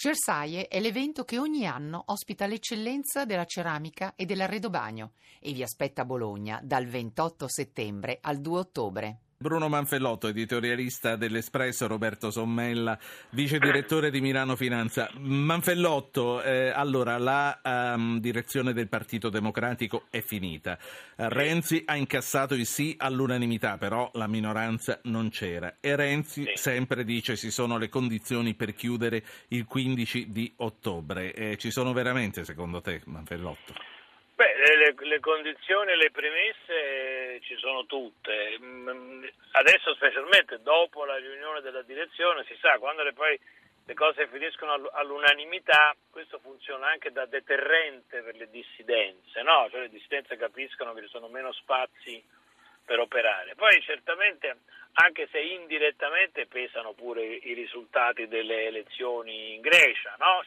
Cersaie è l'evento che ogni anno ospita l'eccellenza della ceramica e dell'arredobagno e vi aspetta a Bologna dal 28 settembre al 2 ottobre. Bruno Manfellotto, editorialista dell'Espresso, Roberto Sommella, vice direttore di Milano Finanza. Manfellotto, allora la direzione del Partito Democratico è finita. Renzi ha incassato il sì all'unanimità, però la minoranza non c'era. E Renzi sempre dice ci sono le condizioni per chiudere il 15 di ottobre. Ci sono veramente, secondo te, Manfellotto? Le condizioni e le premesse ci sono tutte. Adesso, specialmente dopo la riunione della direzione, si sa, quando poi le cose finiscono all'unanimità, questo funziona anche da deterrente per le dissidenze, no? Cioè le dissidenze capiscono che ci sono meno spazi per operare. Poi certamente, anche se indirettamente, pesano pure i risultati delle elezioni in Grecia, no?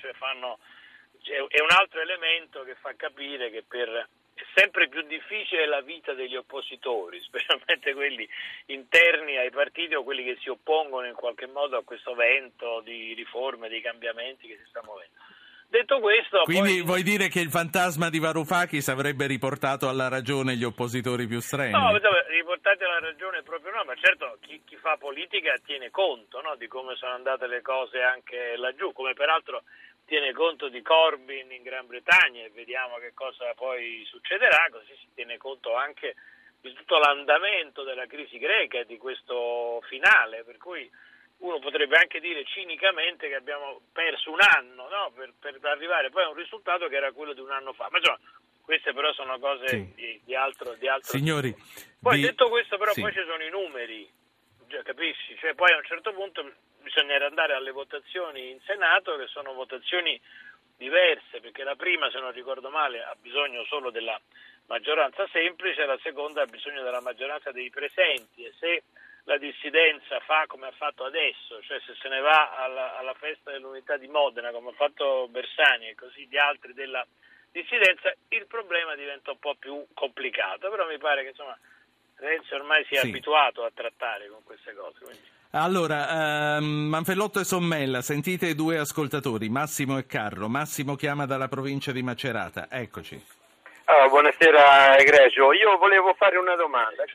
È un altro elemento che fa capire che è sempre più difficile la vita degli oppositori, specialmente quelli interni ai partiti o quelli che si oppongono in qualche modo a questo vento di riforme, di cambiamenti che si sta muovendo. Detto questo, quindi vuoi dire che il fantasma di Varoufakis avrebbe riportato alla ragione gli oppositori più strenui? No, riportati alla ragione proprio no, ma certo chi fa politica tiene conto, no, di come sono andate le cose anche laggiù, come peraltro tiene conto di Corbyn in Gran Bretagna e vediamo che cosa poi succederà, così si tiene conto anche di tutto l'andamento della crisi greca e di questo finale, per cui uno potrebbe anche dire cinicamente che abbiamo perso un anno, no? per arrivare poi a un risultato che era quello di un anno fa, ma insomma queste però sono cose di altro Signori, poi detto questo però sì. Poi ci sono i numeri, capisci? Cioè poi a un certo punto bisognerà andare alle votazioni in Senato, che sono votazioni diverse, perché la prima, se non ricordo male, ha bisogno solo della maggioranza semplice, la seconda ha bisogno della maggioranza dei presenti, e se la dissidenza fa come ha fatto adesso, cioè se se ne va alla festa dell'unità di Modena come ha fatto Bersani e così gli altri della dissidenza, il problema diventa un po' più complicato, però mi pare che insomma Renzi ormai si è abituato a trattare con queste cose, quindi. Allora, Manfellotto e Sommella, sentite i due ascoltatori, Massimo e Carlo. Massimo chiama dalla provincia di Macerata, eccoci. Buonasera egregio, io volevo fare una domanda,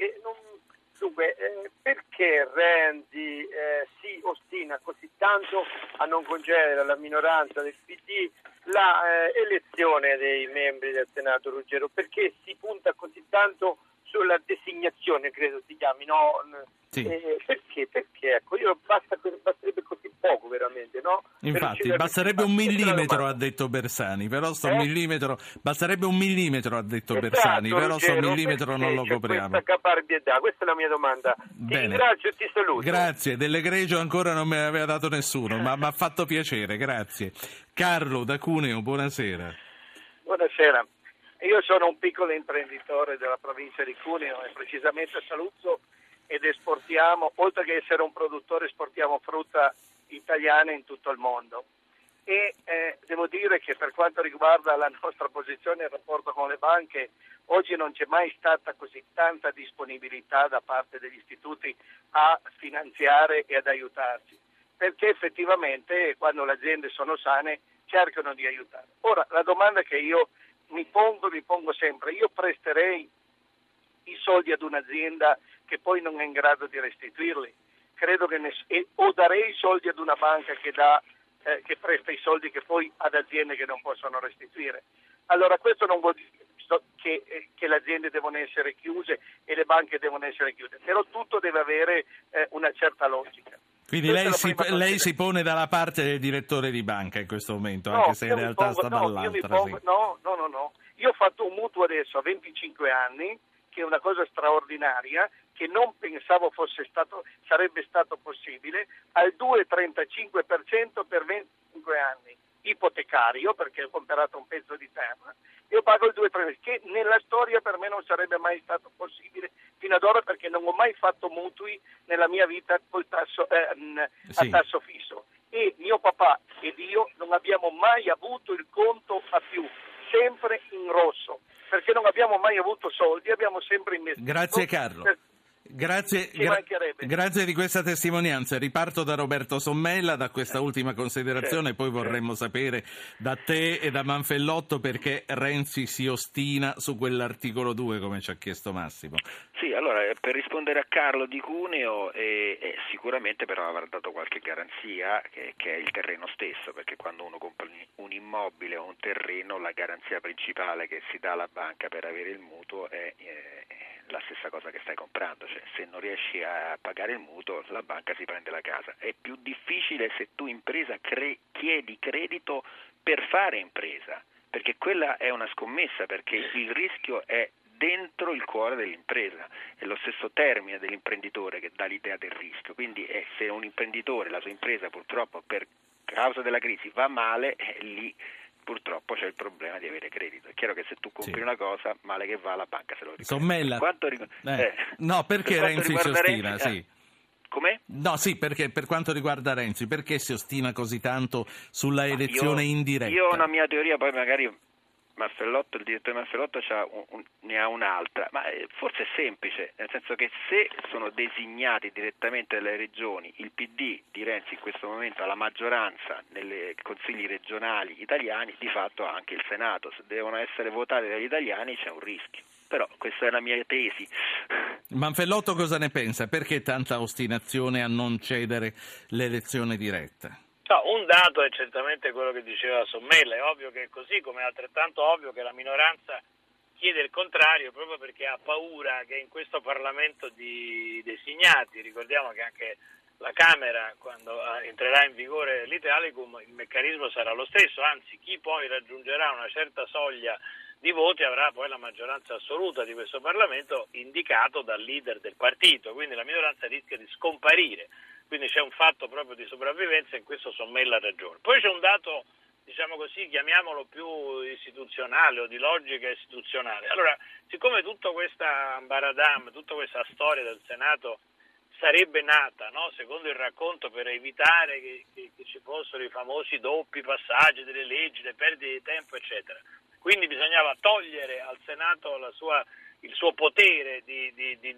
perché Renzi si ostina così tanto a non concedere alla minoranza del PD la elezione dei membri del Senato Ruggero? Perché si punta così tanto sulla designazione, credo si chiami, no? Sì. Perché? Ecco, basterebbe così poco veramente, no? Infatti, basterebbe un millimetro, ha detto Bersani, però basterebbe un millimetro, ha detto Bersani, però sto millimetro non lo copriamo. Questa caparbietà, questa è la mia domanda. Ti ringrazio e ti saluto. Grazie, dell'egregio ancora non me ne aveva dato nessuno, ma mi ha fatto piacere, grazie. Carlo da Cuneo, buonasera. Buonasera. Io sono un piccolo imprenditore della provincia di Cuneo e precisamente a Saluzzo, ed esportiamo, oltre che essere un produttore, esportiamo frutta italiana in tutto il mondo. E devo dire che per quanto riguarda la nostra posizione e il rapporto con le banche, oggi non c'è mai stata così tanta disponibilità da parte degli istituti a finanziare e ad aiutarci, perché effettivamente quando le aziende sono sane cercano di aiutare. Ora, la domanda che io mi pongo sempre, io presterei i soldi ad un'azienda che poi non è in grado di restituirli, credo che o darei i soldi ad una banca che presta i soldi che poi ad aziende che non possono restituire. Allora questo non vuol dire che le aziende devono essere chiuse e le banche devono essere chiuse, però tutto deve avere una certa logica. Quindi lei si pone dalla parte del direttore di banca in questo momento, anche se in realtà sta dall'altra. No. Io ho fatto un mutuo adesso a 25 anni, che è una cosa straordinaria, che non pensavo sarebbe stato possibile, al 2,35% per 25 anni, ipotecario, perché ho comprato un pezzo di terra, io pago il 2,35%, che nella storia per me non sarebbe mai stato possibile fino ad ora, perché non ho mai fatto mutui nella mia vita col tasso, a tasso fisso. E mio papà ed io non abbiamo mai avuto il conto a più, sempre in rosso, perché non abbiamo mai avuto soldi, abbiamo sempre investito. Grazie Carlo. Grazie Grazie di questa testimonianza. Riparto da Roberto Sommella, da questa ultima considerazione, poi vorremmo sapere da te e da Manfellotto perché Renzi si ostina su quell'articolo 2, come ci ha chiesto Massimo. Sì, allora per rispondere a Carlo di Cuneo, sicuramente però avrà dato qualche garanzia che è il terreno stesso, perché quando uno compra un immobile o un terreno, la garanzia principale che si dà alla banca per avere il mutuo è la stessa cosa che stai comprando, cioè se non riesci a pagare il mutuo la banca si prende la casa. È più difficile se tu impresa chiedi credito per fare impresa, perché quella è una scommessa, perché il rischio è dentro il cuore dell'impresa, è lo stesso termine dell'imprenditore che dà l'idea del rischio, quindi se un imprenditore, la sua impresa purtroppo per causa della crisi va male, lì purtroppo c'è il problema di avere credito. È chiaro che se tu compri una cosa, male che va, la banca se lo riprende. Sommella. No, perché Renzi si ostina? Sì. Com'è? No, sì, perché per quanto riguarda Renzi, perché si ostina così tanto sulla elezione indiretta? Io ho una mia teoria, poi magari il direttore Manfellotto ne ha un'altra, ma forse è semplice, nel senso che se sono designati direttamente dalle regioni, il PD di Renzi in questo momento ha la maggioranza nelle consigli regionali italiani, di fatto ha anche il Senato, se devono essere votati dagli italiani c'è un rischio, però questa è la mia tesi. Manfellotto cosa ne pensa? Perché tanta ostinazione a non cedere l'elezione diretta? No, un dato è certamente quello che diceva Sommella, è ovvio che è così, come è altrettanto ovvio che la minoranza chiede il contrario proprio perché ha paura che in questo Parlamento di designati, ricordiamo che anche la Camera, quando entrerà in vigore l'Italicum, il meccanismo sarà lo stesso, anzi chi poi raggiungerà una certa soglia di voti avrà poi la maggioranza assoluta di questo Parlamento indicato dal leader del partito, quindi la minoranza rischia di scomparire. Quindi c'è un fatto proprio di sopravvivenza, in questo Sommella ha ragione. Poi c'è un dato, diciamo così, chiamiamolo più istituzionale o di logica istituzionale. Allora, siccome tutta questa ambaradam, tutta questa storia del Senato sarebbe nata, no? Secondo il racconto, per evitare che ci fossero i famosi doppi passaggi delle leggi, le perdite di tempo, eccetera. Quindi bisognava togliere al Senato il suo potere di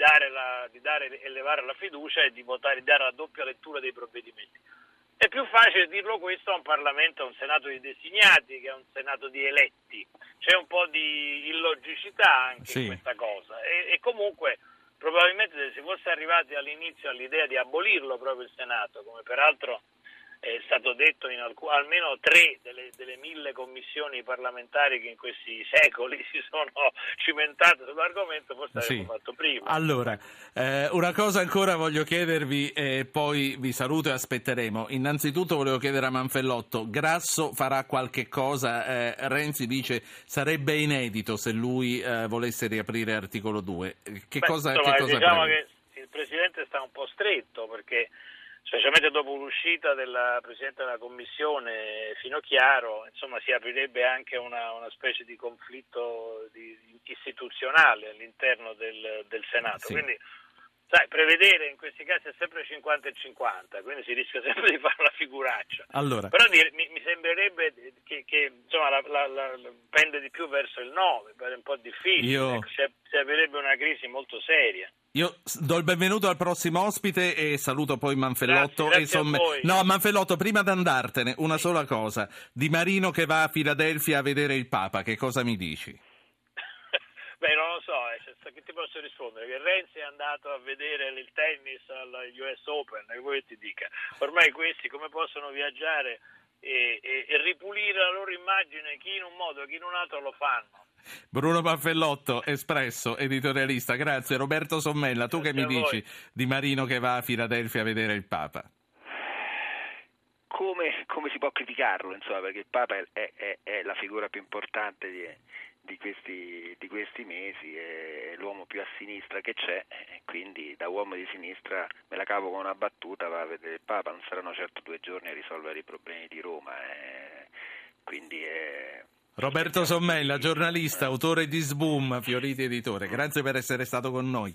elevare la fiducia e di votare, di dare la doppia lettura dei provvedimenti. È più facile dirlo questo a un Parlamento, a un Senato di designati che a un Senato di eletti. C'è un po' di illogicità anche in questa cosa e comunque probabilmente se si fosse arrivati all'inizio all'idea di abolirlo proprio il Senato, come peraltro è stato detto in almeno 3 delle 1000 commissioni parlamentari che in questi secoli si sono cimentate sull'argomento, forse avremmo fatto prima. Allora, una cosa ancora voglio chiedervi e poi vi saluto e aspetteremo. Innanzitutto volevo chiedere a Manfellotto, Grasso farà qualche cosa? Renzi dice sarebbe inedito se lui volesse riaprire articolo 2. Cosa diciamo che il Presidente sta un po' stretto perché specialmente dopo l'uscita della Presidente della Commissione Finocchiaro, insomma si aprirebbe anche una specie di conflitto istituzionale all'interno del Senato. Sì. Quindi prevedere in questi casi è sempre 50 e 50, quindi si rischia sempre di fare una figuraccia. Allora. Però mi sembrerebbe che insomma pende di più verso il 9, è un po' difficile, si aprirebbe una crisi molto seria. Io do il benvenuto al prossimo ospite e saluto poi Manfellotto. Grazie a voi. No, Manfellotto, prima di andartene, una sola cosa. Di Marino che va a Filadelfia a vedere il Papa, che cosa mi dici? Beh, non lo so, che ti posso rispondere? Che Renzi è andato a vedere il tennis alla US Open, che vuoi che ti dica? Ormai questi come possono viaggiare e ripulire la loro immagine, chi in un modo, chi in un altro lo fanno. Bruno Manfellotto, Espresso, editorialista, grazie. Roberto Sommella, tu che mi dici di Marino che va a Filadelfia a vedere il Papa? Come si può criticarlo, insomma, perché il Papa è la figura più importante di questi mesi, è l'uomo più a sinistra che c'è, quindi da uomo di sinistra me la cavo con una battuta, va a vedere il Papa, non saranno certo 2 giorni a risolvere i problemi di Roma, quindi Roberto Sommella, giornalista, autore di Sboom, Fioriti editore, grazie per essere stato con noi.